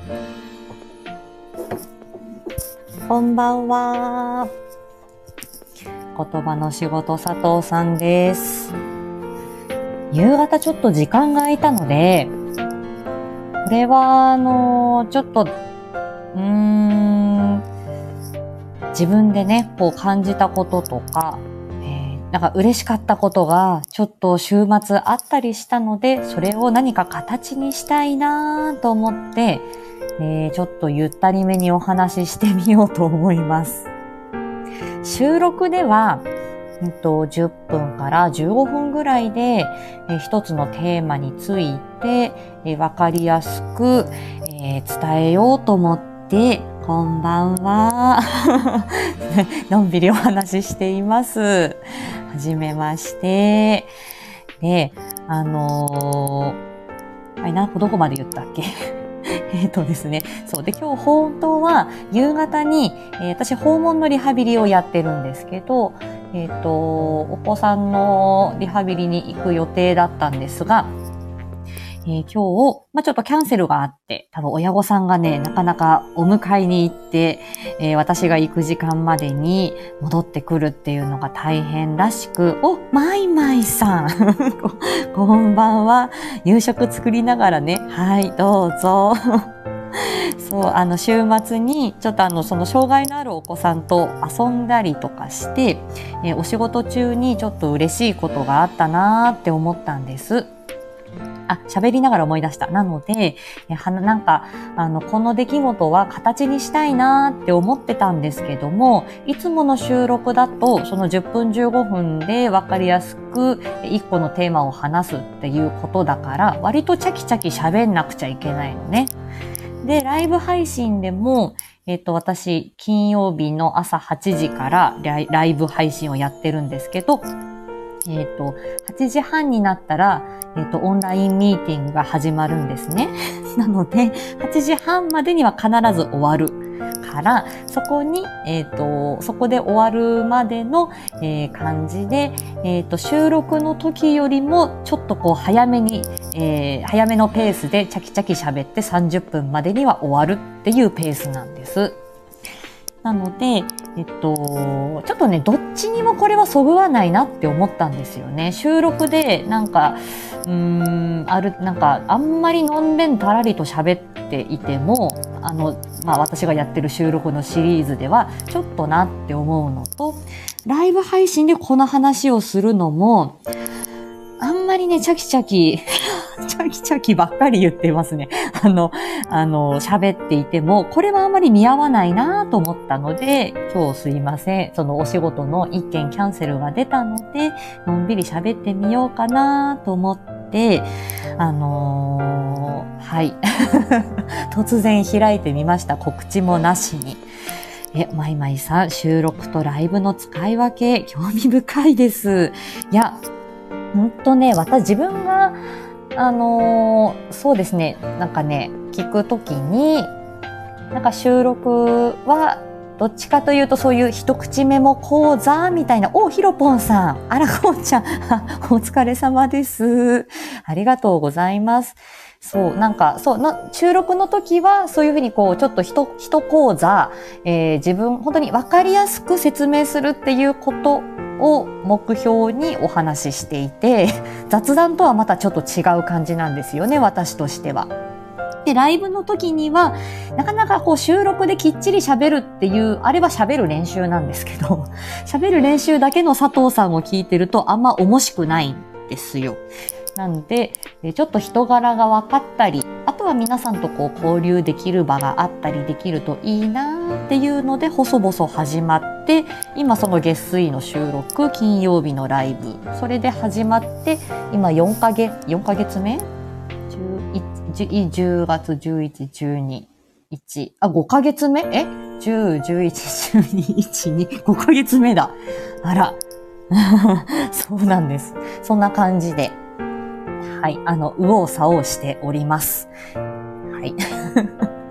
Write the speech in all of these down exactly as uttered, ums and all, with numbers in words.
こんばんは。言葉の仕事佐藤さんです。夕方ちょっと時間が空いたので、これはあのちょっとうーん自分でねこう感じたこととか、えー、なんか嬉しかったことがちょっと週末あったりしたので、それを何か形にしたいなと思って、えー、ちょっとゆったりめにお話ししてみようと思います。収録ではうんと、じゅっぷんからじゅうごふんぐらいで、えー、一つのテーマについて、えー、わかりやすく、えー、伝えようと思って、こんばんは。のんびりお話ししています。はじめまして。で、あのー、あれな、どこまで言ったっけえっとですね。そう。で、今日本当は夕方に、えー、私訪問のリハビリをやってるんですけど、えっと、お子さんのリハビリに行く予定だったんですが、えー、今日、まあ、ちょっとキャンセルがあって、多分親御さんがね、なかなかお迎えに行って、えー、私が行く時間までに戻ってくるっていうのが大変らしく、お、まいまいさん。こ、こんばんは。夕食作りながらね、はい、どうぞ。そう、あの、週末に、ちょっとあの、その障害のあるお子さんと遊んだりとかして、えー、お仕事中にちょっと嬉しいことがあったなーって思ったんです。あ、喋りながら思い出した。なので、えはなんか、あの、この出来事は形にしたいなーって思ってたんですけども、いつもの収録だと、そのじゅっぷんじゅうごふんでわかりやすくいっこのテーマを話すっていうことだから、割とチャキチャキ喋んなくちゃいけないのね。で、ライブ配信でも、えっと、私、金曜日の朝はちじからライ、ライブ配信をやってるんですけど、えっと、はちじはんになったら、えっと、オンラインミーティングが始まるんですね。なので、はちじはんまでには必ず終わるから、そこに、えっと、そこで終わるまでの、えー、感じで、えっと、収録の時よりも、ちょっとこう、早めに、えー、早めのペースでチャキチャキ喋ってさんじゅっぷんまでには終わるっていうペースなんです。なので、えっと、ちょっとね、どっちにもこれはそぐわないなって思ったんですよね。収録で、なんか、うーん、ある、なんか、あんまりのんべんたらりと喋っていても、あの、まあ私がやってる収録のシリーズでは、ちょっとなって思うのと、ライブ配信でこの話をするのも、あんまりね、チャキチャキ、チャキチャキばっかり言ってますね。あの、あの、喋っていても、これはあんまり見合わないなと思ったので、今日すいません。そのお仕事の一件キャンセルが出たので、のんびり喋ってみようかなと思って、あのー、はい。突然開いてみました。告知もなしに。え、まいまいさん、収録とライブの使い分け、興味深いです。いや、ほんとね、私自分が、あのー、そうですね、なんかね、聞くときに、なんか収録は、どっちかというとそういう一口メモ講座みたいな、お、ひろぽんさん、あらこんちゃん、お疲れ様です。ありがとうございます。そう、なんか、そう、な収録の時は、そういうふうにこう、ちょっと一、一講座、えー、自分、本当にわかりやすく説明するっていうことを目標にお話ししていて、雑談とはまたちょっと違う感じなんですよね、私としては。で、ライブの時には、なかなかこう収録できっちり喋るっていう、あれは喋る練習なんですけど、喋る練習だけの佐藤さんを聞いてるとあんま面白くないんですよ。なので、ちょっと人柄が分かったり、あとは皆さんとこう交流できる場があったりできるといいなっていうので、細々始まって、今その月水の収録、金曜日のライブ、それで始まって、今よんかげつ、よんかげつめじゅうがつ、じゅういち、じゅうに、いち、あ、ごかげつめえ ?じゅう、じゅういち、じゅうに、いち、に、ごかげつめだ。あら。そうなんです。そんな感じで。はい。あの、右往左往しております。はい。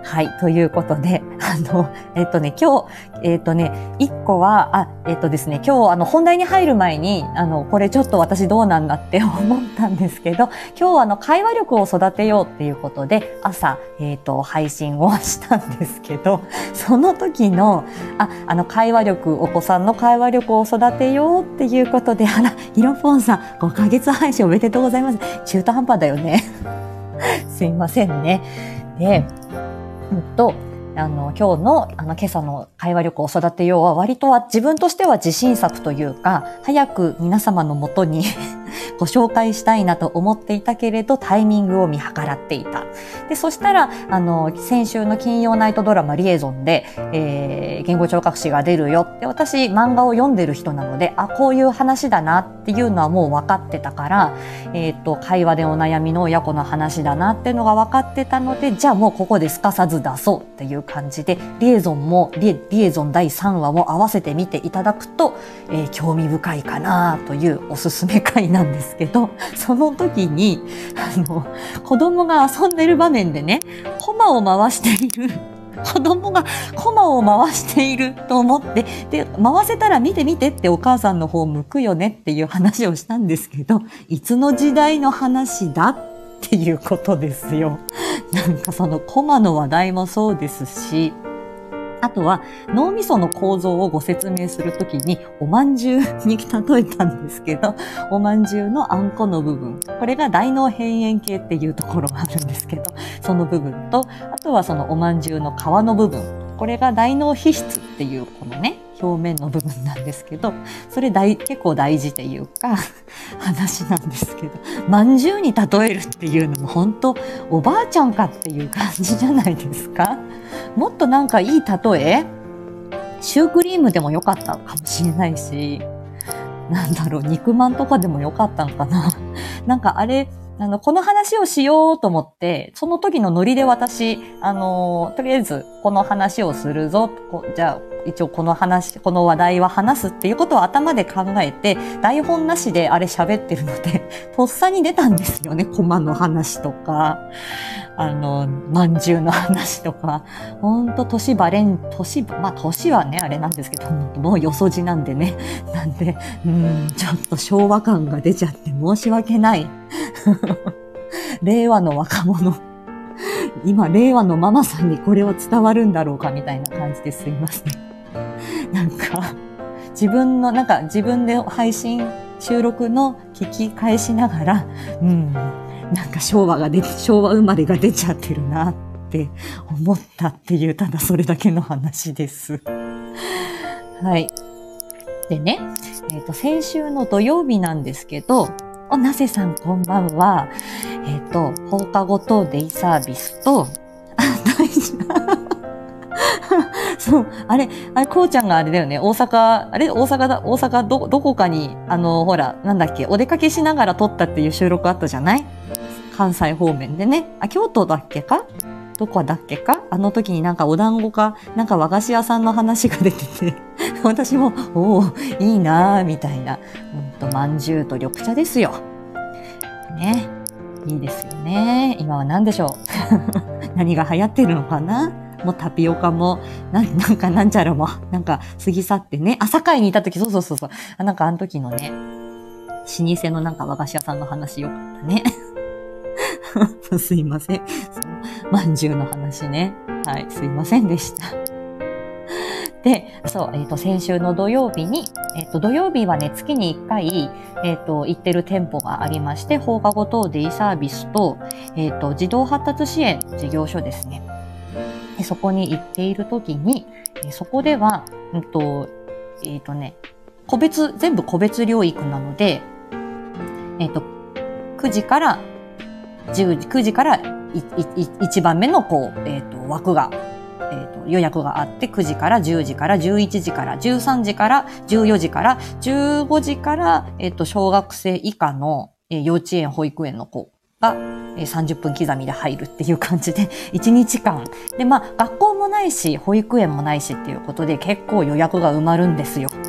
はい。ということで、あの、えっとね、今日、えっとね、一個は、あ、えっとですね、今日、あの、本題に入る前に、あの、これちょっと私どうなんだって思ったんですけど、今日はあの、会話力を育てようっていうことで、朝、えっと、配信をしたんですけど、その時の、あ、あの、会話力、お子さんの会話力を育てようっていうことで、あら、ひろぽんさん、ごかげつ配信おめでとうございます。中途半端だよね。すいませんね。で、うんと、あの、今日の、あの、今朝の会話力を育てようは、割とは自分としては自信作というか、早く皆様のもとにご紹介したいなと思っていたけれど、タイミングを見計らっていた。で、そしたら、あの、先週の金曜ナイトドラマリエゾンで、えー、言語聴覚士が出るよって、私、漫画を読んでる人なので、あ、こういう話だなっていうのはもう分かってたから、えっと、会話でお悩みの親子の話だなっていうのが分かってたので、じゃあもうここですかさず出そうっていう感じで、リエゾンも、リエ、リエゾンだいさんわも合わせて見ていただくと、えー、興味深いかなというおすすめ回なんですけど、その時に、あの、子供が遊んでる場面でね、コマを回している。子供がコマを回していると思って、で、回せたら見て見てってお母さんの方向くよねっていう話をしたんですけど、いつの時代の話だっていうことですよ。なんかそのコマの話題もそうですし、あとは脳みその構造をご説明するときにおまんじゅうに例えたんですけど、おまんじゅうのあんこの部分、これが大脳辺縁系っていうところがあるんですけど、その部分と、あとはそのおまんじゅうの皮の部分、これが大脳皮質っていうこのね、表面の部分なんですけど、それ大結構大事っていうか話なんですけど、まんじゅうに例えるっていうのも本当おばあちゃんかっていう感じじゃないですか。もっとなんかいい例え、シュークリームでもよかったかもしれないし、なんだろう、肉まんとかでもよかったのかな。なんかあれ、あの、この話をしようと思って、その時のノリで私、あの、とりあえずこの話をするぞ。こじゃあ、一応この話、この話題は話すっていうことを頭で考えて、台本なしであれ喋ってるので、とっさに出たんですよね。コマの話とか、あの、まんじゅうの話とか。ほんと、年バレん、年、まあ、年はね、あれなんですけど、もうよそじなんでね。なんで、うん、ちょっと昭和感が出ちゃって申し訳ない。令和の若者。今、令和のママさんにこれを伝わるんだろうかみたいな感じですいません。なんか、自分の、なんか自分で配信、収録の聞き返しながら、うん、なんか昭和が出、昭和生まれが出ちゃってるなって思ったっていう、ただそれだけの話です。はい。でね、えっと、先週の土曜日なんですけど、おなせさんこんばんは。えっと、放課後等デイサービスと、あ、大事そう、あれ、あれ、こうちゃんがあれだよね、大阪、あれ、大阪だ、大阪ど、どこかに、あの、ほら、なんだっけ、お出かけしながら撮ったっていう収録あったじゃない？関西方面でね。あ、京都だっけか？どこだっけか？あの時になんかお団子か、なんか和菓子屋さんの話が出てて、私も、おー、いいなー、みたいな。ほんと、まんじゅうと緑茶ですよ。ね。いいですよね。今は何でしょう。何が流行ってるのかな？もうタピオカも、な、なんかなんちゃらも、なんか過ぎ去ってね。あ、堺にいた時、そうそうそうそう。あ、なんかあの時のね、老舗のなんか和菓子屋さんの話よかったね。すいません。まんじゅうの話ね。はい、すいませんでした。で、そう、えっと、先週の土曜日に、えっと、土曜日はね、月にいっかい、えっと、行ってる店舗がありまして、放課後等デイサービスと、えっと、児童発達支援事業所ですね。でそこに行っているときに、そこでは、うんと、えっとね、個別、全部個別療育なので、えっと、くじからじゅうじ、くじからいちばんめのこう、えっと、枠が、えっと、予約があって、くじからじゅうじからじゅういちじからじゅうさんじからじゅうよじからじゅうごじから、えっと、小学生以下の、えー、幼稚園、保育園の子が、えー、さんじゅっぷん刻みで入るっていう感じで、いちにちかん。で、まあ、学校もないし、保育園もないしっていうことで、結構予約が埋まるんですよ。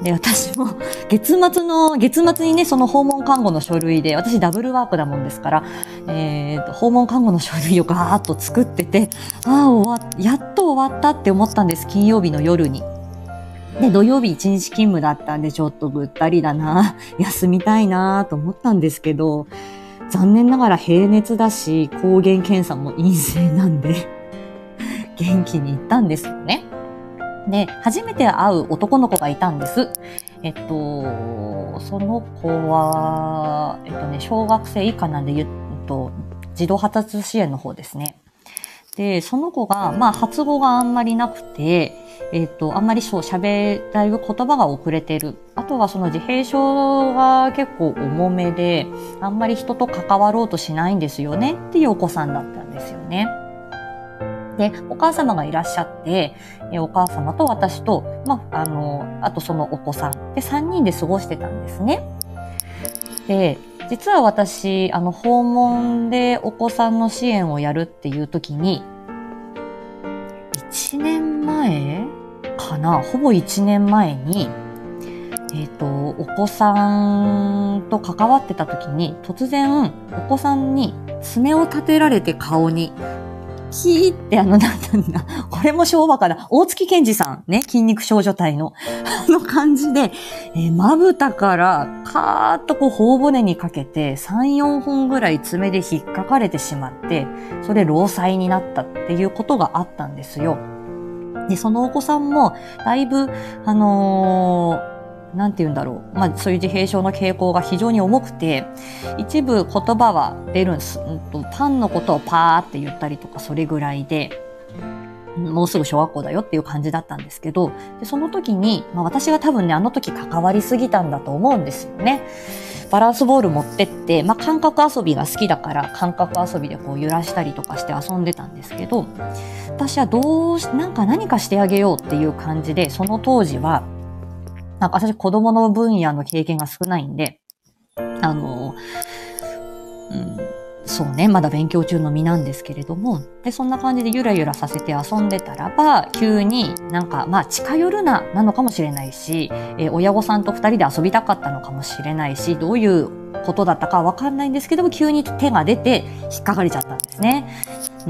で、私も月末の、月末にね、その訪問看護の書類で、私ダブルワークだもんですから、えーと、訪問看護の書類をガーッと作ってて、ああ、終わっ、やっと終わったって思ったんです、金曜日の夜に。で、土曜日一日勤務だったんで、ちょっとぐったりだな、休みたいなと思ったんですけど、残念ながら平熱だし、抗原検査も陰性なんで、元気に行ったんですよね。で、初めて会う男の子がいたんです。えっと、その子は、えっとね、小学生以下なんで言うと、児童発達支援の方ですね。で、その子が、まあ、発語があんまりなくて、えっと、あんまりそう喋られる言葉が遅れてる。あとはその自閉症が結構重めで、あんまり人と関わろうとしないんですよねっていうお子さんだったんですよね。で、お母様がいらっしゃって、えお母様と私と、まあ、あの、あとそのお子さんでさんにんで過ごしてたんですね。で、実は私、あの、訪問でお子さんの支援をやるっていう時に、いちねんまえかな、ほぼいちねんまえに、えっと、お子さんと関わってた時に、突然、お子さんに爪を立てられて顔に、キーってあの、なんだんだ、これも昭和かな。大月健二さんね、筋肉少女隊の、あの感じで、えー、まぶたからカーッとこう頬骨にかけてさん、よんほんぐらい爪で引っかかれてしまって、それ労災になったっていうことがあったんですよ。で、そのお子さんも、だいぶ、あのー、なんて言うんだろう。まあ、そういう自閉症の傾向が非常に重くて、一部言葉は出るんです。うんと、パンのことをパーって言ったりとか、それぐらいで、もうすぐ小学校だよっていう感じだったんですけど、でその時に、まあ、私が多分ね、あの時関わりすぎたんだと思うんですよね。バランスボール持ってって、まあ、感覚遊びが好きだから、感覚遊びでこう揺らしたりとかして遊んでたんですけど、私はどうし、なんか何かしてあげようっていう感じで、その当時は、なんか私子供の分野の経験が少ないんで、あの、うん、そうね、まだ勉強中の身なんですけれども、で、そんな感じでゆらゆらさせて遊んでたらば、急になんか、まあ近寄るな、なのかもしれないし、えー、親御さんと二人で遊びたかったのかもしれないし、どういうことだったかわかんないんですけども、急に手が出て引っかかれちゃったんですね。うん。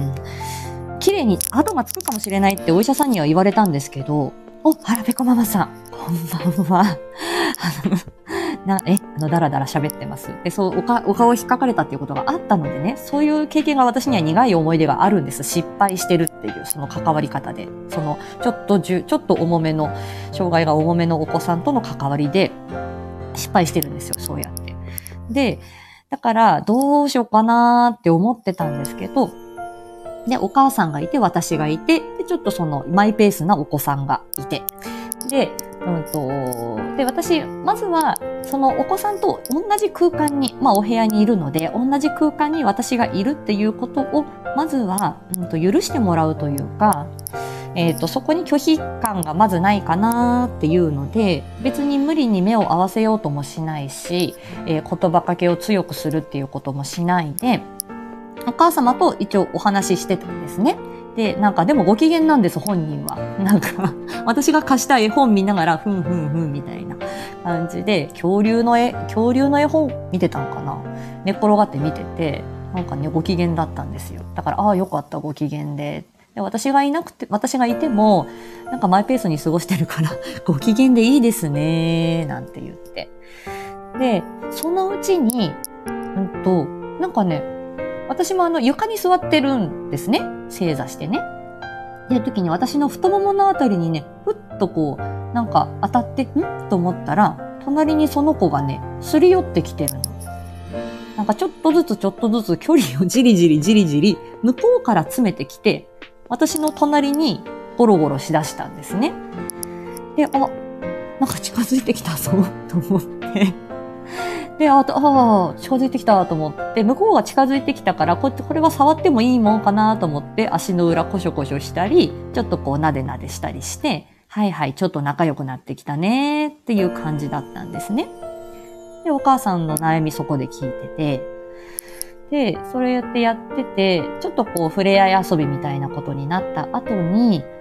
綺麗に跡がつくかもしれないってお医者さんには言われたんですけど、お、はらぺこママさん、こんばんは。あの、な、え、あの、だらだら喋ってます。で、そう、おか、お顔引っかかれたっていうことがあったのでね、そういう経験が私には苦い思い出があるんです。失敗してるっていう、その関わり方で。その、ちょっとじゅ、ちょっと重めの、障害が重めのお子さんとの関わりで、失敗してるんですよ、そうやって。で、だから、どうしようかなーって思ってたんですけど、で、お母さんがいて、私がいて、で、ちょっとその、マイペースなお子さんがいて。で、うんと、で、私、まずは、そのお子さんと同じ空間に、まあお部屋にいるので、同じ空間に私がいるっていうことを、まずは、うんと、許してもらうというか、えっと、そこに拒否感がまずないかなっていうので、別に無理に目を合わせようともしないし、えー、言葉かけを強くするっていうこともしないで、お母様と一応お話ししてたんですね。で、なんかでもご機嫌なんです、本人は。なんか、私が貸した絵本見ながら、ふんふんふんみたいな感じで、恐竜の絵、恐竜の絵本見てたのかな、寝っ転がって見てて、なんかね、ご機嫌だったんですよ。だから、ああ、よかった、ご機嫌で。で、私がいなくて、私がいても、なんかマイペースに過ごしてるから、ご機嫌でいいですね、なんて言って。で、そのうちに、うんと、なんかね、私もあの床に座ってるんですね。正座してね。っていう時に私の太もものあたりにね、ふっとこう、なんか当たって、んと思ったら、隣にその子がね、すり寄ってきてるの。なんかちょっとずつちょっとずつ距離をじりじりじりじり、向こうから詰めてきて、私の隣にゴロゴロしだしたんですね。で、あ、なんか近づいてきたぞ、と思って。で、あ、あ、近づいてきたと思って、向こうが近づいてきたから、ここれは触ってもいいもんかなと思って、足の裏コショコショしたり、ちょっとこうなでなでしたりして、はいはい、ちょっと仲良くなってきたねっていう感じだったんですね。で、お母さんの悩みそこで聞いてて、で、それやってやってて、ちょっとこう触れ合い遊びみたいなことになった後に、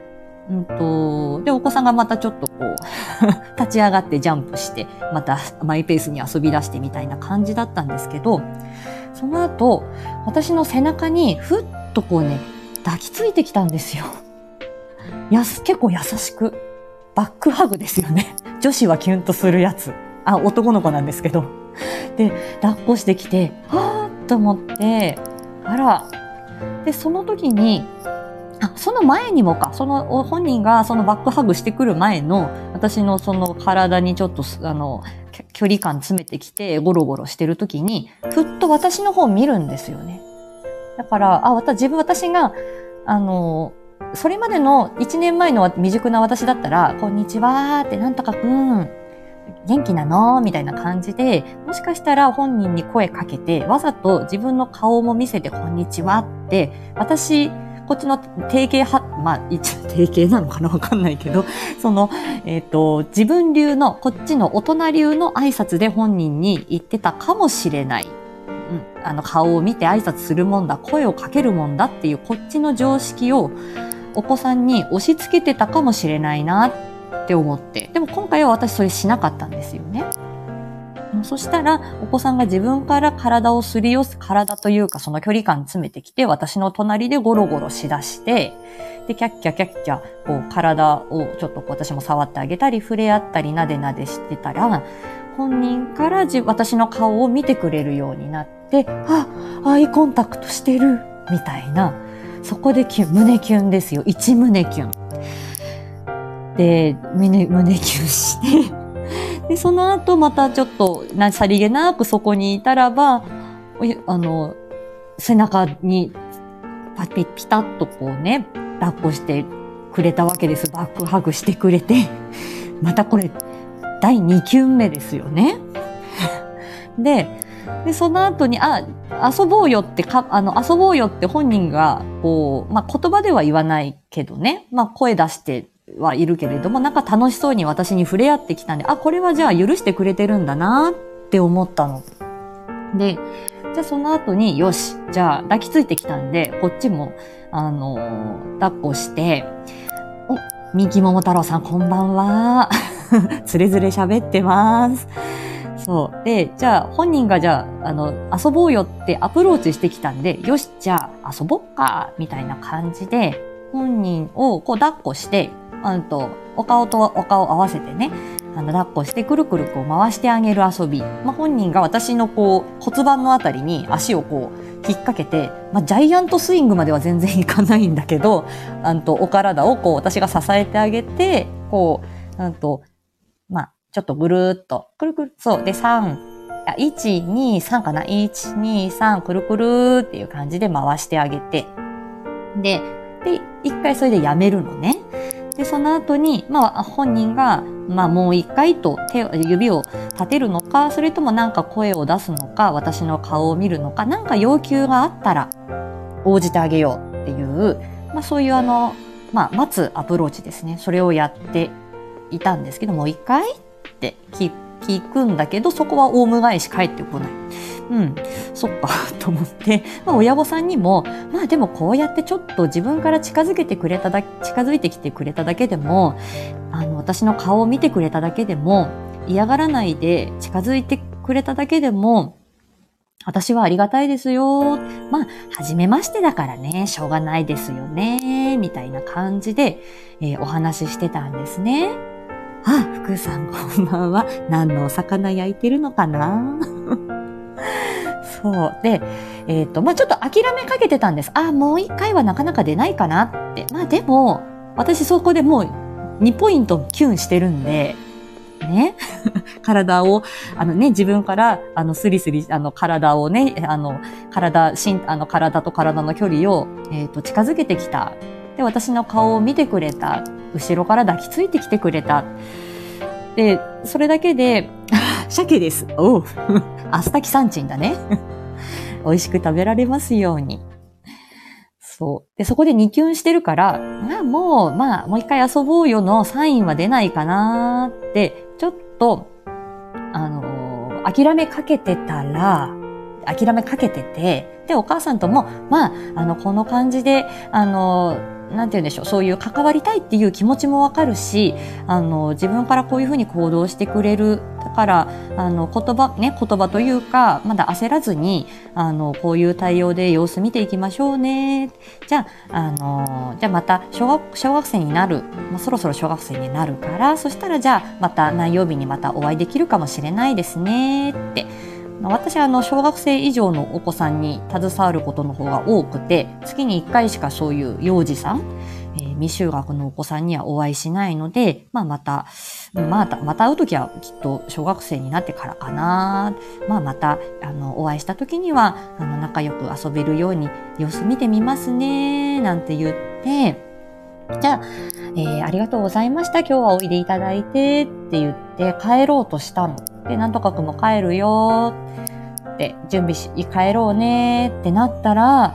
うんと、で、お子さんがまたちょっとこう、立ち上がってジャンプして、またマイペースに遊び出してみたいな感じだったんですけど、その後、私の背中にふっとこうね、抱きついてきたんですよ。やす、結構優しく。バックハグですよね。女子はキュンとするやつ。あ、男の子なんですけど。で、抱っこしてきて、はぁーと思って、あら。で、その時に、あ、その前にもか、その本人がそのバックハグしてくる前の、私のその体にちょっと、あの、距離感詰めてきてゴロゴロしてる時に、ふっと私の方を見るんですよね。だから、あ、私、自分、私が、あの、それまでのいちねんまえの未熟な私だったら、こんにちはーって、なんとかくん、元気なのみたいな感じで、もしかしたら本人に声かけて、わざと自分の顔も見せて、こんにちはって、私、こっちの定型は、まあ、一応定型なのかなわかんないけど、その、えっと、自分流の、こっちの大人流の挨拶で本人に言ってたかもしれない。うん、あの、顔を見て挨拶するもんだ、声をかけるもんだっていう、こっちの常識をお子さんに押し付けてたかもしれないなって思って。でも今回は私それしなかったんですよね。そしたら、お子さんが自分から体をすり寄せ、体というかその距離感詰めてきて、私の隣でゴロゴロしだして、で、キャッキャキャッキャ、こう、体をちょっと私も触ってあげたり、触れ合ったり、なでなでしてたら、本人から自私の顔を見てくれるようになって、あ、アイコンタクトしてる、みたいな。そこでキュン、胸キュンですよ。一胸キュン。で、胸、胸キュンして、で、その後またちょっと、な、さりげなくそこにいたらば、あの、背中にパピピタッとこうね、抱っこしてくれたわけです。バックハグしてくれて。またこれ、だいにキュン目ですよね。で、で、その後に、あ、遊ぼうよってか、あの、遊ぼうよって本人が、こう、まあ、言葉では言わないけどね、まあ、声出してはいるけれども、なんか楽しそうに私に触れ合ってきたんで、あ、これはじゃあ許してくれてるんだなって思ったの。で、じゃあその後に、よし、じゃあ抱きついてきたんで、こっちも、あの、抱っこして、お、三木桃太郎さんこんばんは。つれづれ喋ってます。そう。で、じゃあ本人がじゃあ、あの、遊ぼうよってアプローチしてきたんで、よし、じゃあ遊ぼっか、みたいな感じで、本人をこう抱っこして、あと、お顔とお顔合わせてね、あの、抱っこしてくるくるこう回してあげる遊び。まあ、本人が私のこう骨盤のあたりに足をこう引っ掛けて、まあ、ジャイアントスイングまでは全然いかないんだけど、あと、お体をこう私が支えてあげて、こう、あと、まあ、ちょっとぐるーっと、くるくる、そう。で、さん、いち、に、さんかな ?いち、に、さん、くるくるーっていう感じで回してあげて。で、で、一回それでやめるのね。で、その後に、まあ、本人が、まあ、もう一回と手を、指を立てるのか、それともなんか声を出すのか、私の顔を見るのか、なんか要求があったら、応じてあげようっていう、まあ、そういうあの、まあ、待つアプローチですね。それをやっていたんですけど、もう一回って聞くんだけど、そこはオウム返し返ってこない。うん、そっか、と思って、まあ親御さんにも、まあでもこうやってちょっと自分から近づけてくれただけ、近づいてきてくれただけでも、あの、私の顔を見てくれただけでも、嫌がらないで近づいてくれただけでも、私はありがたいですよ。まあ、初めましてだからね、しょうがないですよね、みたいな感じで、えー、お話ししてたんですね。あ、福さんこんばんは。何のお魚焼いてるのかなそう。で、えっと、まあ、ちょっと諦めかけてたんです。あ、もう一回はなかなか出ないかなって。まあ、でも、私そこでもうにポイントキュンしてるんで、ね。体を、あのね、自分から、あの、スリスリ、あの、体をね、あの、体、しん、あの、体と体の距離を、えっと、近づけてきた。で、私の顔を見てくれた。後ろから抱きついてきてくれた。で、それだけで、鮭です。おう。アスタキサンチンだね。美味しく食べられますように。そう。で、そこでにキュンしてるから、まあもう、まあ、もう一回遊ぼうよのサインは出ないかなーって、ちょっと、あのー、諦めかけてたら、諦めかけてて、で、お母さんとも、まあ、あの、この感じで、あのー、 なんて言うんでしょう、そういう関わりたいっていう気持ちもわかるし、あの、自分からこういうふうに行動してくれる。だから、あの、言葉、ね、言葉というか、まだ焦らずに、あの、こういう対応で様子見ていきましょうね。じゃあ、あの、じゃあまた、小学、小学生になる。もうそろそろ小学生になるから、そしたらじゃあ、また何曜日にまたお会いできるかもしれないですね。って。私はあの小学生以上のお子さんに携わることの方が多くて、月にいっかいしかそういう幼児さん、えー、未就学のお子さんにはお会いしないので、まあまた、また、また会うときはきっと小学生になってからかな。まあまた、あの、お会いしたときには、あの、仲良く遊べるように様子見てみますね、なんて言って、じゃあ、えー、ありがとうございました。今日はおいでいただいて、って言って帰ろうとしたの。で、なんとかくんも帰るよって、準備し、帰ろうねってなったら、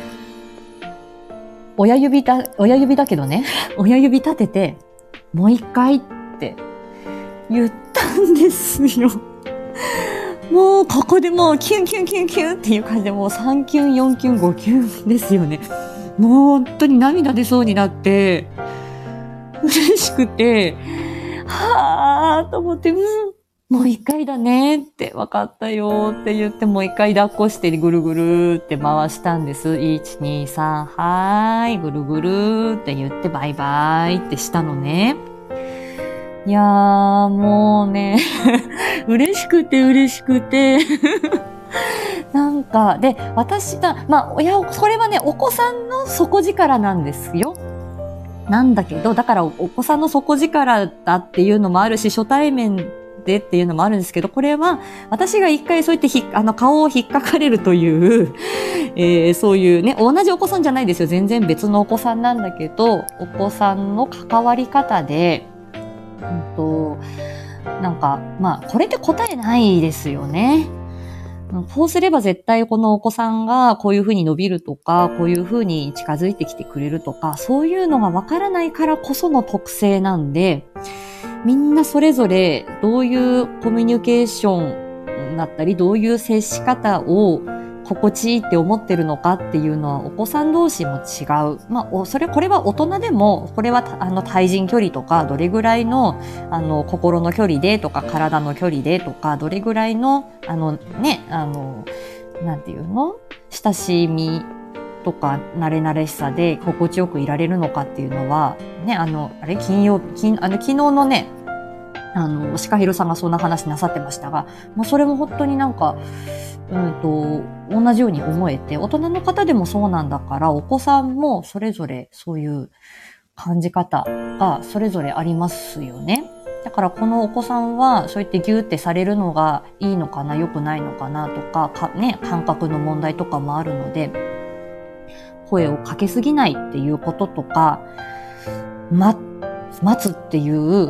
親指だ、親指だけどね、親指立てて、もう一回って言ったんですよ。もう、ここでもう、キュンキュンキュンキュンっていう感じで、もうさんキュン、よんキュン、ごキュンですよね。もう本当に涙出そうになって、嬉しくて、はぁーと思って、うん、もう一回だねって、分かったよって言って、もう一回抱っこしてぐるぐるって回したんです。いち、に、さん、はーい、ぐるぐるって言ってバイバイってしたのね。いやー、もうね、嬉しくて嬉しくて、なんか、で、私が、まあ、親、これはね、お子さんの底力なんですよ。なんだけど、だからお子さんの底力だっていうのもあるし、初対面でっていうのもあるんですけど、これは私が一回そうやってひあの顔を引っかかれるという、えー、そういうね、同じお子さんじゃないですよ。全然別のお子さんなんだけど、お子さんの関わり方で、うんと、なんか、まあ、これって答えないですよね。こうすれば絶対このお子さんがこういうふうに伸びるとか、こういうふうに近づいてきてくれるとか、そういうのがわからないからこその特性なんで、みんなそれぞれどういうコミュニケーションだったり、どういう接し方を心地いいって思ってるのかっていうのはお子さん同士も違う。まあ、それ、これは大人でも、これはあの対人距離とか、どれぐらいのあの心の距離でとか、体の距離でとか、どれぐらいのあのね、あの、なんていうの？親しみとか慣れ慣れしさで心地よくいられるのかっていうのは、ね、あの、あれ、金曜日、金あの昨日のね、あの、シカヒロさんがそんな話なさってましたが、もうそれも本当になんか、うんと、同じように思えて、大人の方でもそうなんだから、お子さんもそれぞれそういう感じ方がそれぞれありますよね。だからこのお子さんはそうやってギューってされるのがいいのかな、良くないのかなとか、かね、感覚の問題とかもあるので、声をかけすぎないっていうこととか、ま、待つっていう、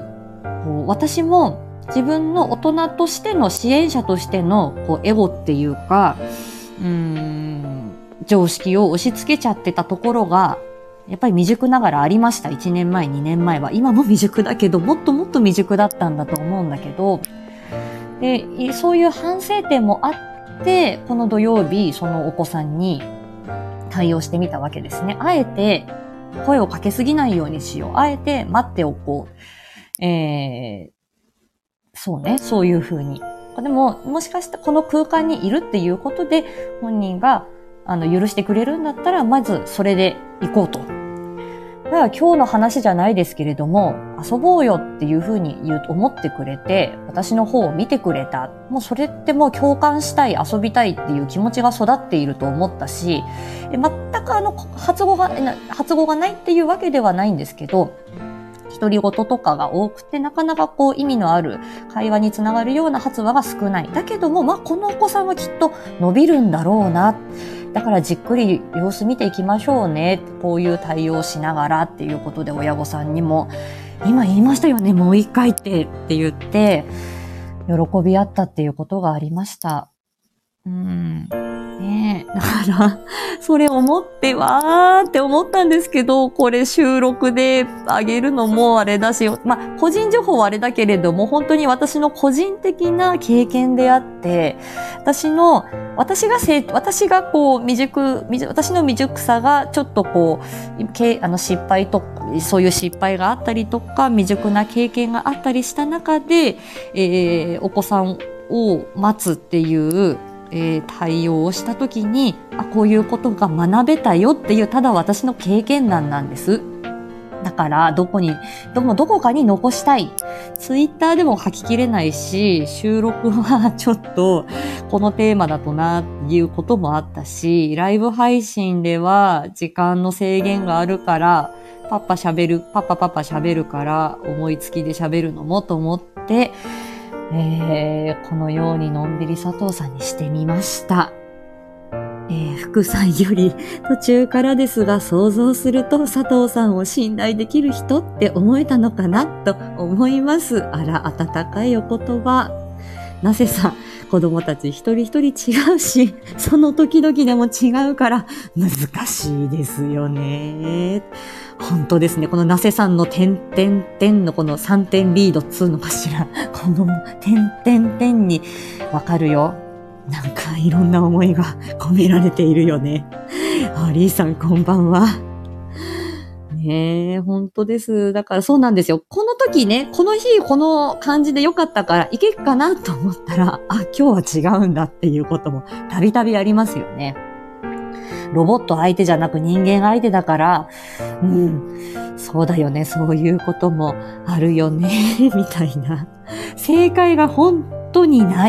こう私も自分の大人としての支援者としてのこうエゴっていうか、うーん、常識を押し付けちゃってたところが、やっぱり未熟ながらありました。いちねんまえ、にねんまえは。今も未熟だけど、もっともっと未熟だったんだと思うんだけど、で、そういう反省点もあって、この土曜日、そのお子さんに対応してみたわけですね。あえて声をかけすぎないようにしよう。あえて待っておこう。えー、そうね、そういう風に。でも、もしかしてこの空間にいるっていうことで、本人があの許してくれるんだったら、まずそれで行こうと。だから今日の話じゃないですけれども、遊ぼうよっていう風に言うと思ってくれて、私の方を見てくれた。もうそれってもう共感したい、遊びたいっていう気持ちが育っていると思ったし、全くあの発語が、発語がないっていうわけではないんですけど、独り言とかが多くて、なかなかこう意味のある会話につながるような発話が少ない。だけども、まあこのお子さんはきっと伸びるんだろうな。だからじっくり様子見ていきましょうね。こういう対応しながらっていうことで親御さんにも、今言いましたよね、もう一回ってって言って、喜び合ったっていうことがありました。うん。 ねえ。だから、それ思ってわーって思ったんですけど、これ収録であげるのもあれだし、まあ、個人情報はあれだけれども、本当に私の個人的な経験であって、私の、私がせ、私がこう、未熟、未私の未熟さがちょっとこう、けあの失敗とか、そういう失敗があったりとか、未熟な経験があったりした中で、えー、お子さんを待つっていう、えー、対応をしたときに、あ、こういうことが学べたよっていう、ただ私の経験談なんです。だから、どこに、どもどこかに残したい。ツイッターでも書ききれないし、収録はちょっと、このテーマだとな、っていうこともあったし、ライブ配信では時間の制限があるから、パッパ喋る、パッパパッパ喋るから、思いつきで喋るのもと思って、えー、このようにのんびり佐藤さんにしてみました。えー、福さんより途中からですが想像すると佐藤さんを信頼できる人って思えたのかなと思います。あら、温かいお言葉。なぜさ、子供たち一人一人違うし、その時々でも違うから難しいですよね。本当ですね。このなせさんの点点点のこのさんてんリードっつうのかしら。この点点点にわかるよ。なんかいろんな思いが込められているよね。あ、リーさんこんばんは。ねえ、本当です。だからそうなんですよ。この時ね、この日この感じで良かったからいけっかなと思ったら、あ、今日は違うんだっていうこともたびたびありますよね。ロボット相手じゃなく人間相手だから、うん、そうだよね、そういうこともあるよね、みたいな。正解が本当にない。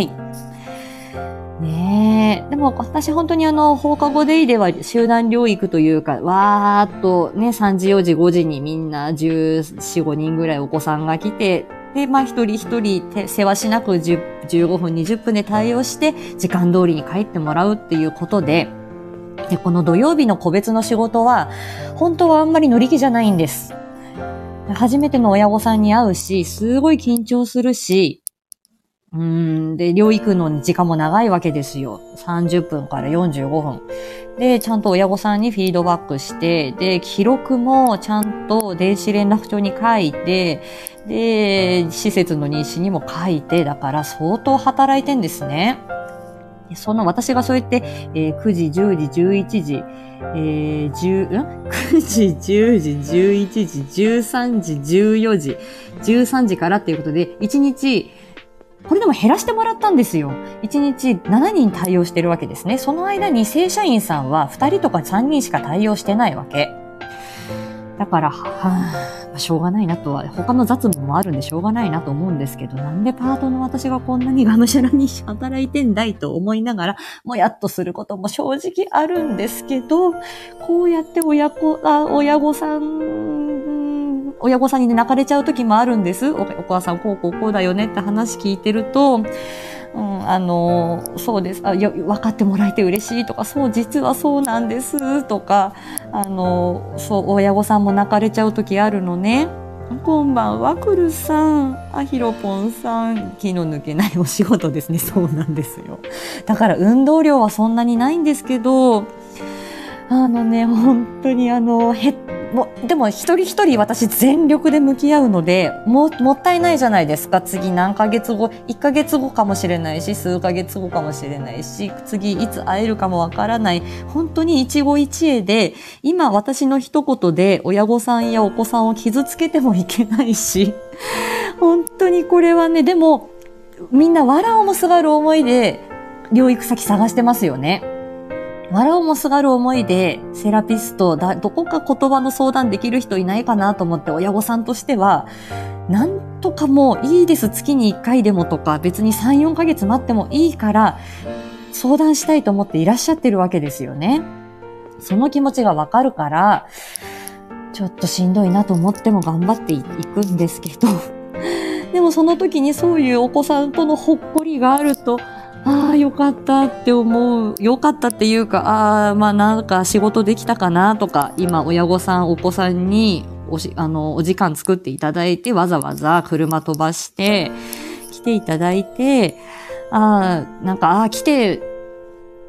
ねえ。でも私本当にあの放課後デイでは集団療育というか、わーっとね、さんじよじごじにみんなじゅうよん、ごにんぐらいお子さんが来て、で、まあ一人一人世話しなくじゅう、じゅうごふん、にじゅっぷんで対応して時間通りに帰ってもらうっていうことで、で、この土曜日の個別の仕事は、本当はあんまり乗り気じゃないんです。初めての親御さんに会うし、すごい緊張するし、うーん、で、療育の時間も長いわけですよ。さんじゅっぷんからよんじゅうごふん。で、ちゃんと親御さんにフィードバックして、で、記録もちゃんと電子連絡帳に書いて、で、施設の日誌にも書いて、だから相当働いてんですね。その私がそう言って、えー、くじ、じゅうじ、じゅういちじ、えー、じゅう、ん ?く 時、じゅうじ、じゅういちじ、じゅうさんじ、じゅうよじ、じゅうさんじからっていうことで、いちにち、これでも減らしてもらったんですよ。いちにちしちにん対応してるわけですね。その間に正社員さんはふたりとかさんにんしか対応してないわけ。だから、はぁ、しょうがないなとは、他の雑務もあるんでしょうがないなと思うんですけど、なんでパートの私がこんなにがむしゃらに働いてんだいと思いながら、もやっとすることも正直あるんですけど、こうやって親子、あ、親御さん、親御さんに泣かれちゃう時もあるんです。お、お母さんこうこうこうだよねって話聞いてると、うん、あの、そうです。あ、よ、分かってもらえて嬉しいとか、そう、実はそうなんですとか、あの、そう、親御さんも泣かれちゃう時あるのね。こんばんは、くるさん。あ、ひろぽんさん。気の抜けないお仕事ですね。そうなんですよ。だから運動量はそんなにないんですけど、あのね、本当にあの、へ、も、でも一人一人私全力で向き合うので、も、もったいないじゃないですか。次何ヶ月後、いっかげつごかもしれないし、数ヶ月後かもしれないし、次いつ会えるかもわからない。本当に一期一会で、今私の一言で親御さんやお子さんを傷つけてもいけないし、本当にこれはね、でも、みんな笑おもすがる思いで、療育先探してますよね。笑おもすがる思いで、セラピストだ、どこか言葉の相談できる人いないかなと思って親御さんとしては、なんとかもういいです。月にいっかいでもとか、別にさん、よんかげつ待ってもいいから、相談したいと思っていらっしゃってるわけですよね。その気持ちがわかるから、ちょっとしんどいなと思っても頑張っていくんですけど、でもその時にそういうお子さんとのほっこりがあると、ああ、よかったって思う。よかったっていうか、ああ、まあなんか仕事できたかなとか、今親御さん、お子さんにおし、あの、お時間作っていただいて、わざわざ車飛ばして、来ていただいて、ああ、なんか、ああ、来て、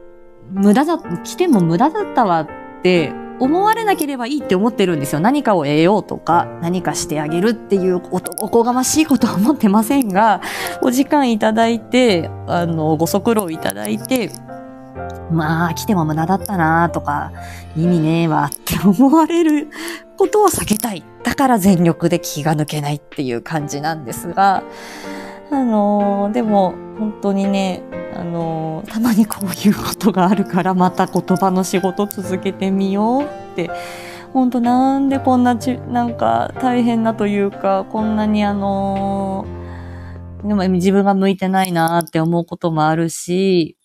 無駄だ、来ても無駄だったわって思われなければいいって思ってるんですよ。何かを得ようとか、何かしてあげるっていうお、おこがましいことは思ってませんが、お時間いただいて、あの、ご足労いただいて、まあ、来ても無駄だったなとか、意味ねえわって思われることを避けたい。だから全力で気が抜けないっていう感じなんですが、あのー、でも本当にね、あのー、たまにこういうことがあるからまた言葉の仕事続けてみようって、本当なんでこんなち、なんか大変なというか、こんなにあのー、でも自分が向いてないなって思うこともあるし、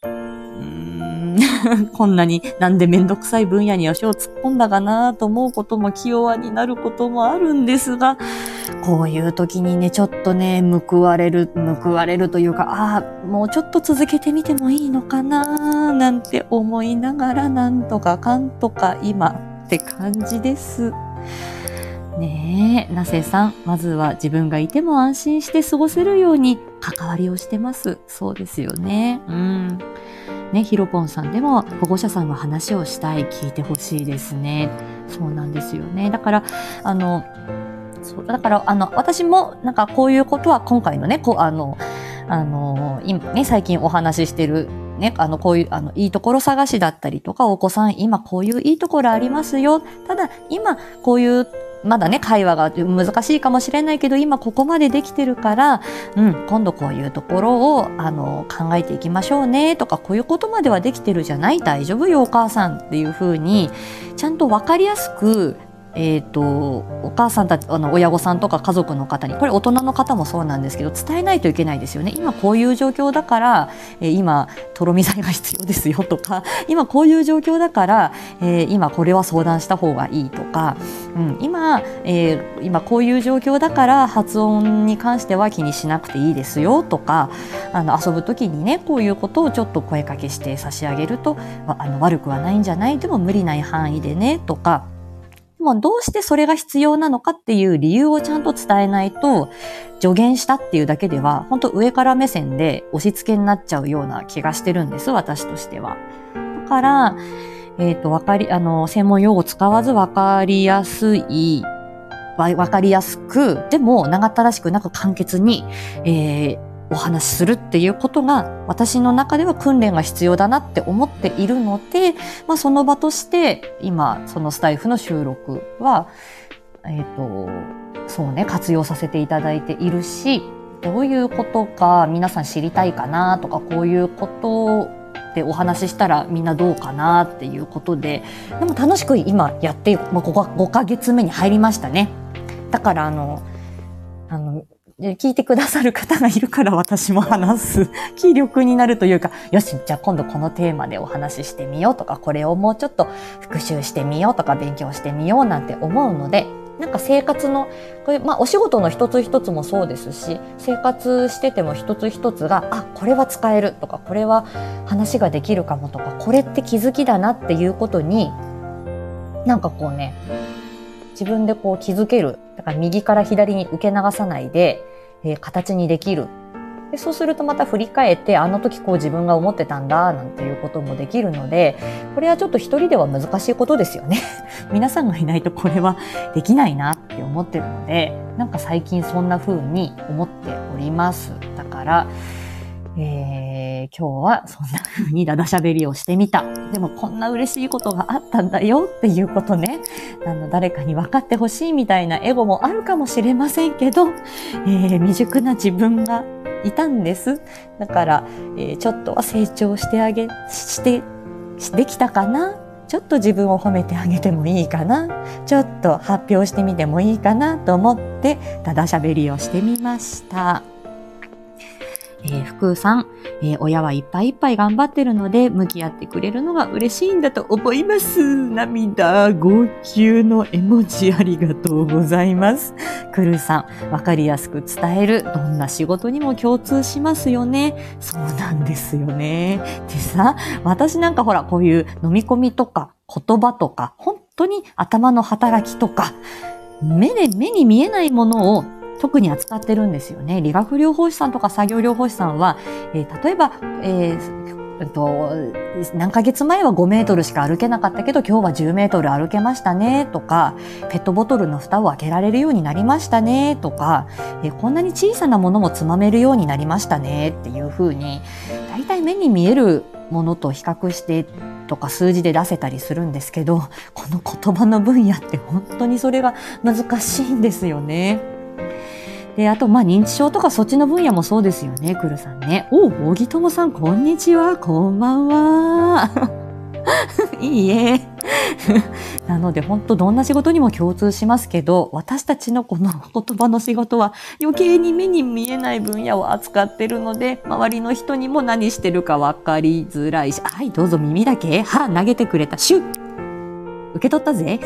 こんなになんでめんどくさい分野に足を突っ込んだかなと思うことも気弱になることもあるんですが、こういう時にね、ちょっとね、報われる、報われるというか、ああ、もうちょっと続けてみてもいいのかななんて思いながら、なんとかかんとか今って感じです。ねえ、なせさん、まずは自分がいても安心して過ごせるように関わりをしてます。そうですよね。うん。ね、ひろぽんさんでも保護者さんは話をしたい、聞いてほしいですね。そうなんですよね。だから、あの、そう、だから、あの、私も、なんかこういうことは今回のね、こう、あの、あの、今ね、最近お話ししてる、ね、あの、こういう、あの、いいところ探しだったりとか、お子さん、今こういういいところありますよ。ただ、今、こういう、まだね、会話が難しいかもしれないけど、今ここまでできてるから、うん、今度こういうところを、あの、考えていきましょうね、とか、こういうことまではできてるじゃない？大丈夫よ、お母さんっていう風に、ちゃんとわかりやすく、えっと、お母さんたち、あの、親御さんとか家族の方に、これ大人の方もそうなんですけど、伝えないといけないですよね。今こういう状況だから、えー、今、とろみ剤が必要ですよとか、今こういう状況だから、えー、今これは相談した方がいいとか、うん、今、えー、今こういう状況だから発音に関しては気にしなくていいですよとか、あの、遊ぶ時にね、こういうことをちょっと声かけして差し上げると、あの、悪くはないんじゃない？でも無理ない範囲でね、とか、もうどうしてそれが必要なのかっていう理由をちゃんと伝えないと、助言したっていうだけでは、本当上から目線で押し付けになっちゃうような気がしてるんです、私としては。だから、えっと、わかり、あの、専門用語使わずわかりやすい、わ、わかりやすく、でも長ったらしくなく簡潔に、えー、お話しするっていうことが私の中では訓練が必要だなって思っているので、まあその場として今そのスタイフの収録は、えっと、そうね、活用させていただいているし、どういうことか皆さん知りたいかなとか、こういうことでお話ししたらみんなどうかなっていうことで、でも楽しく今やって、まあ、ごかげつめに入りましたね。だからあの、あの、聞いてくださる方がいるから私も話す気力になるというか、よし、じゃあ今度このテーマでお話ししてみようとか、これをもうちょっと復習してみようとか、勉強してみようなんて思うので、なんか生活の、これ、まあお仕事の一つ一つもそうですし、生活してても一つ一つが、あ、これは使えるとか、これは話ができるかもとか、これって気づきだなっていうことに、なんかこうね、自分でこう気づける。だから右から左に受け流さないで、えー、形にできる。で、そうするとまた振り返って、あの時こう自分が思ってたんだ、なんていうこともできるので、これはちょっと一人では難しいことですよね。皆さんがいないとこれはできないなって思ってるので、なんか最近そんな風に思っております。だから、えー、今日はそんな風にダダ喋りをしてみた。でもこんな嬉しいことがあったんだよっていうことね。あの、誰かに分かってほしいみたいなエゴもあるかもしれませんけど、えー、未熟な自分がいたんです。だから、えー、ちょっとは成長してあげ、して、できたかな？ちょっと自分を褒めてあげてもいいかな？ちょっと発表してみてもいいかなと思って、ダダ喋りをしてみました。えー、福さん、えー、親はいっぱいいっぱい頑張ってるので、向き合ってくれるのが嬉しいんだと思います。涙、号泣の絵文字ありがとうございます。くるさん、わかりやすく伝える。どんな仕事にも共通しますよね。そうなんですよね。でさ、私なんかほら、こういう飲み込みとか言葉とか、本当に頭の働きとか、目で、目に見えないものを特に扱ってるんですよね。理学療法士さんとか作業療法士さんは、えー、例えば、えーうんと、何ヶ月前はごメートルしか歩けなかったけど、今日はじゅうメートル歩けましたね、とか、ペットボトルの蓋を開けられるようになりましたね、とか、えこんなに小さなものもつまめるようになりましたね、っていう風に、だいたい目に見えるものと比較してとか数字で出せたりするんですけど、この言葉の分野って本当にそれが難しいんですよね。で、あと、まあ、認知症とかそっちの分野もそうですよね、くるさんね。お、小木友さん、こんにちは、こんばんは。いいえ。なので、本当どんな仕事にも共通しますけど、私たちのこの言葉の仕事は余計に目に見えない分野を扱ってるので、周りの人にも何してるか分かりづらいし、はい、どうぞ耳だけ、は、投げてくれた、シュッ受け取ったぜ。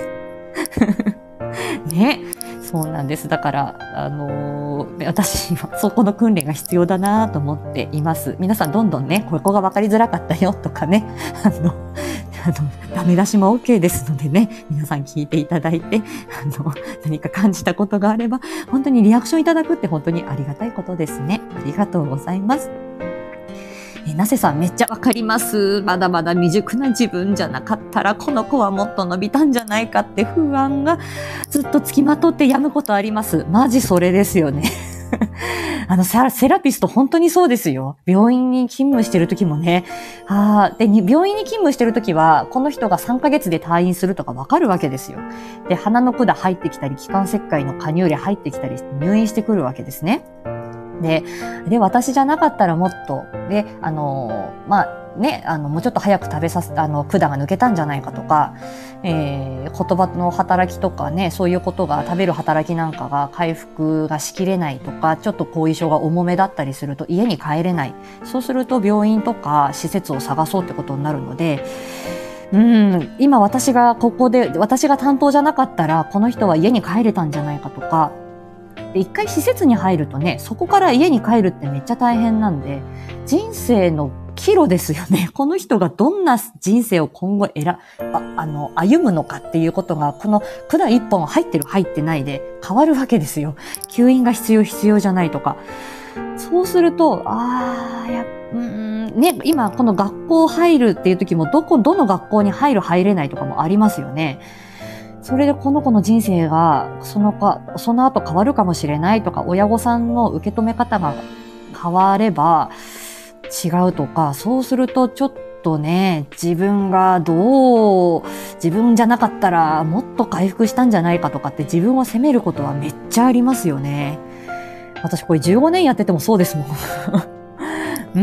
ね。そうなんです。だから、あのー、私はそこの訓練が必要だなと思っています。皆さんどんどんね、ここが分かりづらかったよとかね、あの、あの、ダメ出しも OK ですのでね、皆さん聞いていただいて、あの、何か感じたことがあれば、本当にリアクションいただくって本当にありがたいことですね。ありがとうございます。えなせさんめっちゃわかります。まだまだ未熟な自分じゃなかったらこの子はもっと伸びたんじゃないかって不安がずっとつきまとってやむことあります。マジそれですよね。あのセラピスト本当にそうですよ。病院に勤務してる時もね。あで病院に勤務してる時はこの人がさんかげつで退院するとかわかるわけですよ。で鼻の管入ってきたり気管切開の加入例入ってきたり入院してくるわけですね。で、で、私じゃなかったらもっと、で、あの、まあ、ね、あの、もうちょっと早く食べさせ、あの、管が抜けたんじゃないかとか、えー、言葉の働きとかね、そういうことが、食べる働きなんかが回復がしきれないとか、ちょっと後遺症が重めだったりすると家に帰れない。そうすると病院とか施設を探そうってことになるので、うん、今私がここで、私が担当じゃなかったら、この人は家に帰れたんじゃないかとか、で、一回施設に入るとね、そこから家に帰るってめっちゃ大変なんで、人生の岐路ですよね。この人がどんな人生を今後選、あ、あの、歩むのかっていうことが、この管一本入ってる入ってないで変わるわけですよ。吸引が必要必要じゃないとか。そうすると、あー、や、うーん、ね、今この学校入るっていう時も、どこ、どの学校に入る入れないとかもありますよね。それでこの子の人生が、そのか、その後変わるかもしれないとか、親御さんの受け止め方が変われば違うとか、そうするとちょっとね、自分がどう、自分じゃなかったらもっと回復したんじゃないかとかって自分を責めることはめっちゃありますよね。私これじゅうごねんやっててもそうですもん。うん。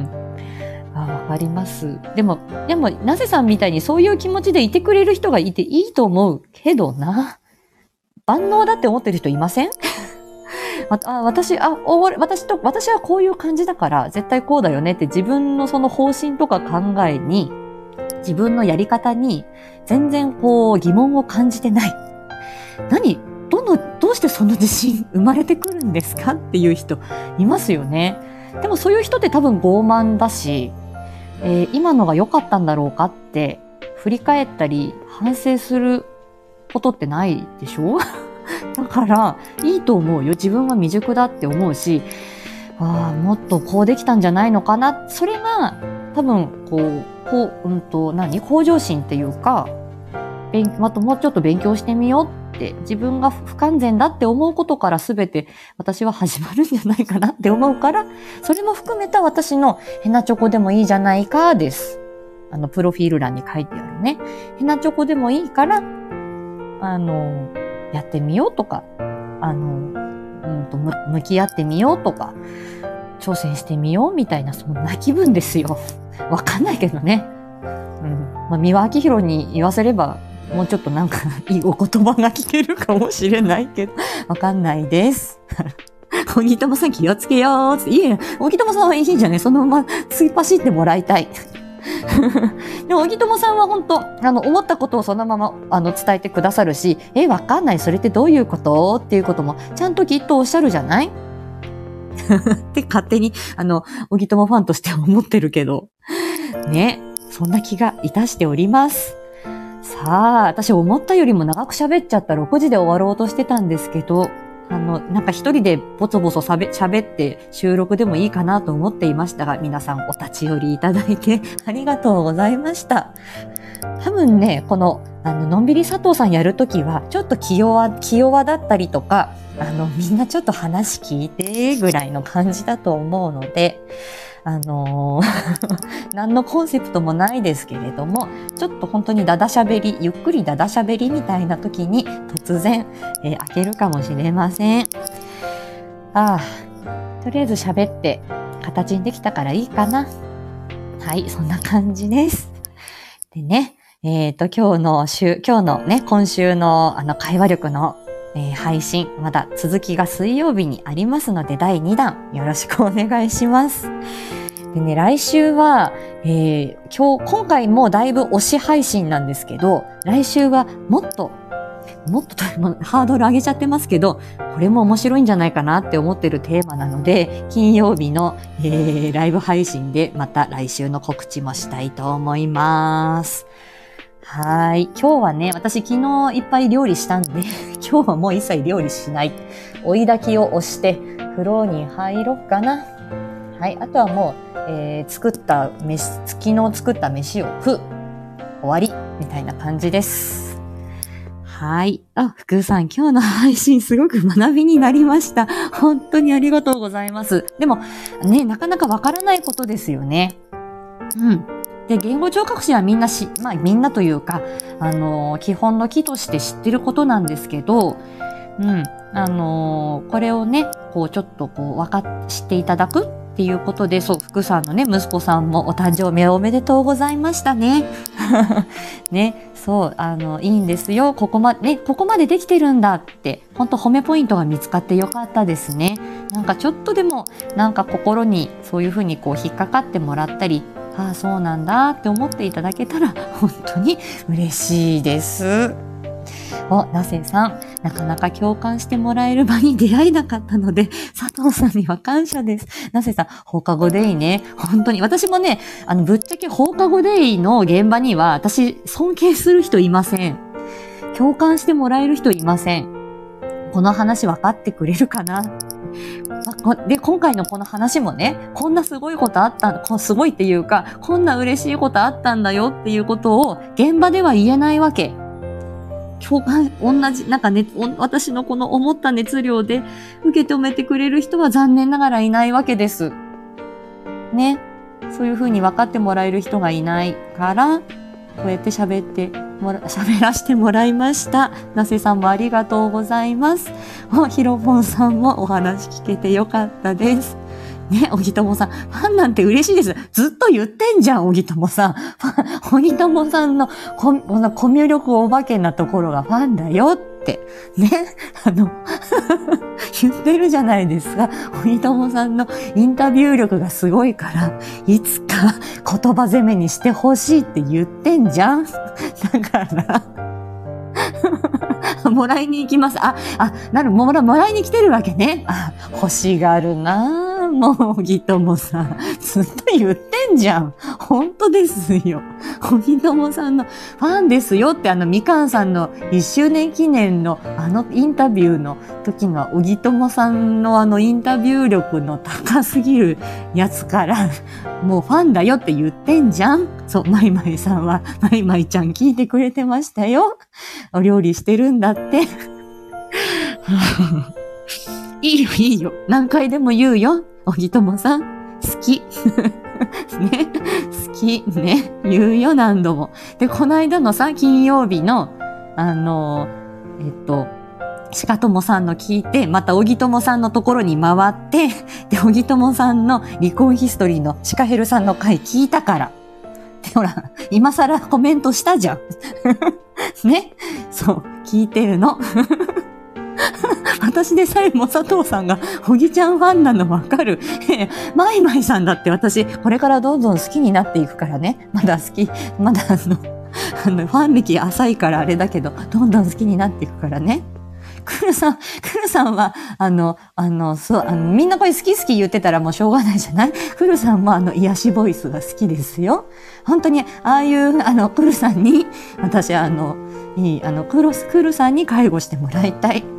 あ、わかります。でも、でも、なぜさんみたいにそういう気持ちでいてくれる人がいていいと思うけどな。万能だって思ってる人いません？あ、私、あ、お、私と、私はこういう感じだから、絶対こうだよねって自分のその方針とか考えに、自分のやり方に、全然こう疑問を感じてない。何？どの、どうしてその自信生まれてくるんですかっていう人いますよね。でもそういう人って多分傲慢だし、えー、今のが良かったんだろうかって振り返ったり反省することってないでしょ？だからいいと思うよ。自分は未熟だって思うし、ああ、もっとこうできたんじゃないのかな。それが多分こう、こう、うんと何？向上心っていうか、勉またもうちょっと勉強してみようって、自分が不完全だって思うことから全て私は始まるんじゃないかなって思うから、それも含めた私のヘナチョコでもいいじゃないかです。あの、プロフィール欄に書いてあるね。ヘナチョコでもいいから、あの、やってみようとか、あの、うんと、向き合ってみようとか、挑戦してみようみたいな、そんな気分ですよ。わかんないけどね。うん。まあ、三輪明宏に言わせれば、もうちょっとなんかいいお言葉が聞けるかもしれないけど、わかんないです。小木友さん気をつけよーって。いえ、小木友さんはいいんじゃね、そのまま突っ走ってもらいたい。でも、小木友さんは本当、あの、思ったことをそのまま、あの、伝えてくださるし、え、わかんない、それってどういうことっていうことも、ちゃんときっとおっしゃるじゃないって勝手に、あの、小木友ファンとしては思ってるけど。ね、そんな気がいたしております。さあ、私思ったよりも長く喋っちゃったろくじで終わろうとしてたんですけど、 あの、なんか一人でボソボソ喋って収録でもいいかなと思っていましたが、皆さんお立ち寄りいただいてありがとうございました。多分ね、この、あの、のんびり佐藤さんやるときは、ちょっと気弱、気弱だったりとか、あの、みんなちょっと話聞いて、ぐらいの感じだと思うので、あのー、何のコンセプトもないですけれども、ちょっと本当にダダしゃべり、ゆっくりダダしゃべりみたいな時に突然、えー、開けるかもしれません。ああ、とりあえず喋って形にできたからいいかな。はい、そんな感じです。でね、えっと、今日の週、今日のね、今週のあの会話力のえー、配信、まだ続きが水曜日にありますので、だいにだんよろしくお願いします。でね、来週は、えー、今日、今回もだいぶ推し配信なんですけど、来週はもっと、もっとハードル上げちゃってますけど、これも面白いんじゃないかなって思ってるテーマなので、金曜日の、えー、ライブ配信でまた来週の告知もしたいと思います。はい。今日はね、私昨日いっぱい料理したんで、今日はもう一切料理しない。追い炊きを押して、風呂に入ろっかな。はい。あとはもう、えー、作った飯、昨日作った飯をふ、終わり、みたいな感じです。はい。あ、福さん、今日の配信すごく学びになりました。本当にありがとうございます。でも、ね、なかなかわからないことですよね。うん。で、言語聴覚士はみんなし、まあみんなというか、あのー、基本の木として知ってることなんですけど、うん、あのー、これをね、こうちょっとこう分かっ、知っていただくっていうことで、そう、福さんのね、息子さんもお誕生日おめでとうございましたね。ね、そう、あの、いいんですよ。ここま、ね、ここまでできてるんだって、本当褒めポイントが見つかってよかったですね。なんかちょっとでも、なんか心にそういうふうにこう引っかかってもらったり、ああ、そうなんだって思っていただけたら本当に嬉しいです。お、なせさん、なかなか共感してもらえる場に出会えなかったので、佐藤さんには感謝です。なせさん、放課後デイね、本当に、私もね、あの、ぶっちゃけ放課後デイの現場には、私、尊敬する人いません。共感してもらえる人いません。この話分かってくれるかな？で、今回のこの話もね、こんなすごいことあった、すごいっていうか、こんな嬉しいことあったんだよっていうことを現場では言えないわけ。共感、同じ、なんかね、私のこの思った熱量で受け止めてくれる人は残念ながらいないわけです。ね。そういうふうに分かってもらえる人がいないから、こうやって喋ってもら、喋らせてもらいました。なせさんもありがとうございます。お、ひろぽんさんもお話聞けてよかったです。ね、おぎともさん、ファンなんて嬉しいです。ずっと言ってんじゃん、おぎともさん。おぎともさんのコ、このコミュ力お化けなところがファンだよって、ね、あの、言ってるじゃないですか。おぎともさんのインタビュー力がすごいから、いつか言葉攻めにしてほしいって言ってんじゃん。だから、もらいに行きます。あ、あ、なる、もら、もらいに来てるわけね。あ、欲しがるなぁ。もう、ぎともさん。ずっと言ってんじゃん。本当ですよ。おぎともさんのファンですよって、あの、みかんさんのいっしゅうねん記念のあのインタビューの時のおぎともさんのあのインタビュー力の高すぎるやつから、もうファンだよって言ってんじゃん。そう、まいまいさんは、まいまいちゃん聞いてくれてましたよ。お料理してるんだって。いいよ、いいよ。何回でも言うよ。おぎともさん、好き。ね、好き。ね、言うよ、何度も。で、この間のさ、金曜日の、あの、えっと、しかともさんの聞いて、またおぎともさんのところに回って、で、おぎともさんの離婚ヒストリーのシカヘルさんの回聞いたから。で、ほら、今更コメントしたじゃん。ね。そう、聞いてるの。私でさえも佐藤さんがほぎちゃんファンなのわかる。マイマイさんだって私、これからどんどん好きになっていくからね。まだ好き、まだあの、あの、ファン歴浅いからあれだけど、どんどん好きになっていくからね。クルさん、クルさんは、あの、あの、そう、あの、みんなこれ好き好き言ってたらもうしょうがないじゃない？クルさんもあの、癒しボイスが好きですよ。本当に、ああいう、あの、クルさんに、私、あの、いい、あの、クロス、クルさんに介護してもらいたい。で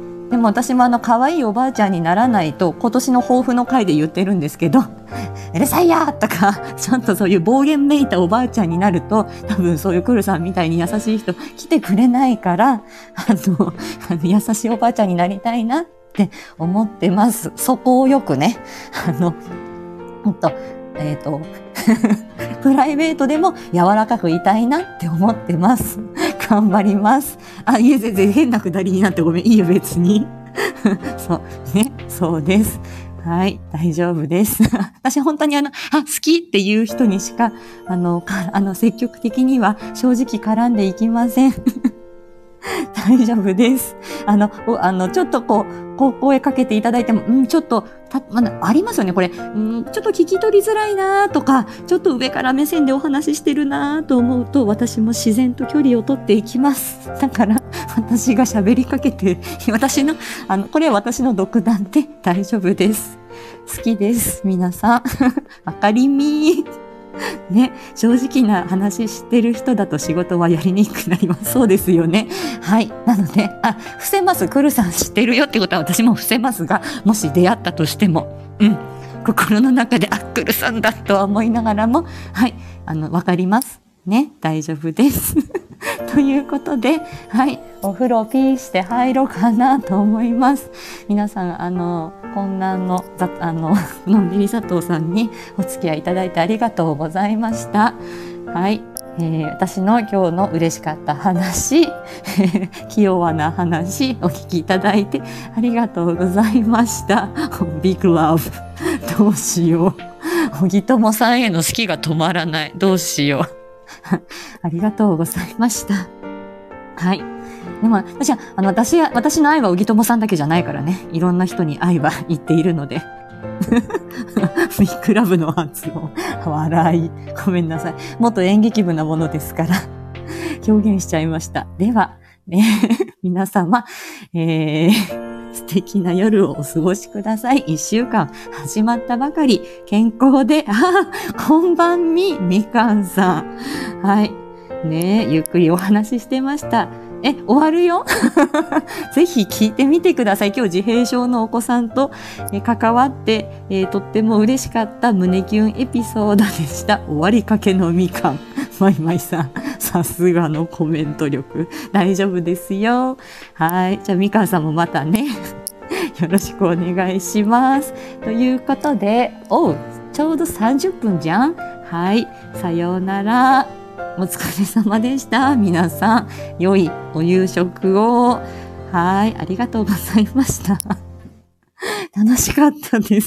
も私もあの可愛いおばあちゃんにならないと今年の抱負の回で言ってるんですけど、うるさいやーとか、ちゃんとそういう暴言めいたおばあちゃんになると、多分そういうクルさんみたいに優しい人来てくれないから、あの、あの優しいおばあちゃんになりたいなって思ってます。そこをよくね、あの、ほんと、えっと、プライベートでも柔らかくいたいなって思ってます。頑張ります。あ、いえ、全然変なくだりになってごめん。いいよ、別に。そう、ね、そうです。はい、大丈夫です。私本当にあの、あ、好きっていう人にしか、あの、かあの、積極的には正直絡んでいきません。大丈夫です。あの、あの、ちょっとこう、こう声かけていただいても、うん、ちょっと、た、まだ、ありますよね、これ。うん、ちょっと聞き取りづらいなとか、ちょっと上から目線でお話ししてるなと思うと、私も自然と距離を取っていきます。だから、私が喋りかけて、私の、あの、これは私の独断で大丈夫です。好きです、皆さん。わかりみー。ね、正直な話してる人だと仕事はやりにくくなります。そうですよね。はい。なので、あ、伏せます。クルさん知ってるよってことは私も伏せますが、もし出会ったとしても、うん。心の中で、あ、クルさんだとは思いながらも、はい。あの、わかります。ね。大丈夫です。ということで、はい。お風呂ピーして入ろうかなと思います。皆さん、あの、懇談の、あの、のんびり佐藤さんにお付き合いいただいてありがとうございました。はい。えー、私の今日の嬉しかった話、気弱な話、お聞きいただいてありがとうございました。ビッグラブ。どうしよう。小木友さんへの好きが止まらない。どうしよう。ありがとうございました。はい。でも、私は、あの、私、私の愛は小木友さんだけじゃないからね。いろんな人に愛は言っているので。ビッグラブの発音。笑い。ごめんなさい。もっと演劇部なものですから。表現しちゃいました。では、ね、皆様、えー、素敵な夜をお過ごしください。一週間始まったばかり。健康で、あ、こんばんみ、みかんさん。はい。ね、ゆっくりお話ししてました。え、終わるよぜひ聞いてみてください。今日自閉症のお子さんとえ関わって、えー、とっても嬉しかった胸キュンエピソードでした。終わりかけのみかん。まいまいさん、さすがのコメント力。大丈夫ですよ。はい。じゃあみかんさんもまたね。よろしくお願いします。ということで、おう、ちょうどさんじゅっぷんじゃん。はい。さようなら。お疲れ様でした。皆さん、良いお夕食を。はい、ありがとうございました。楽しかったです。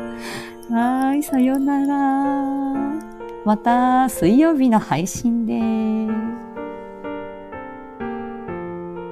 はい、さようなら。また水曜日の配信です。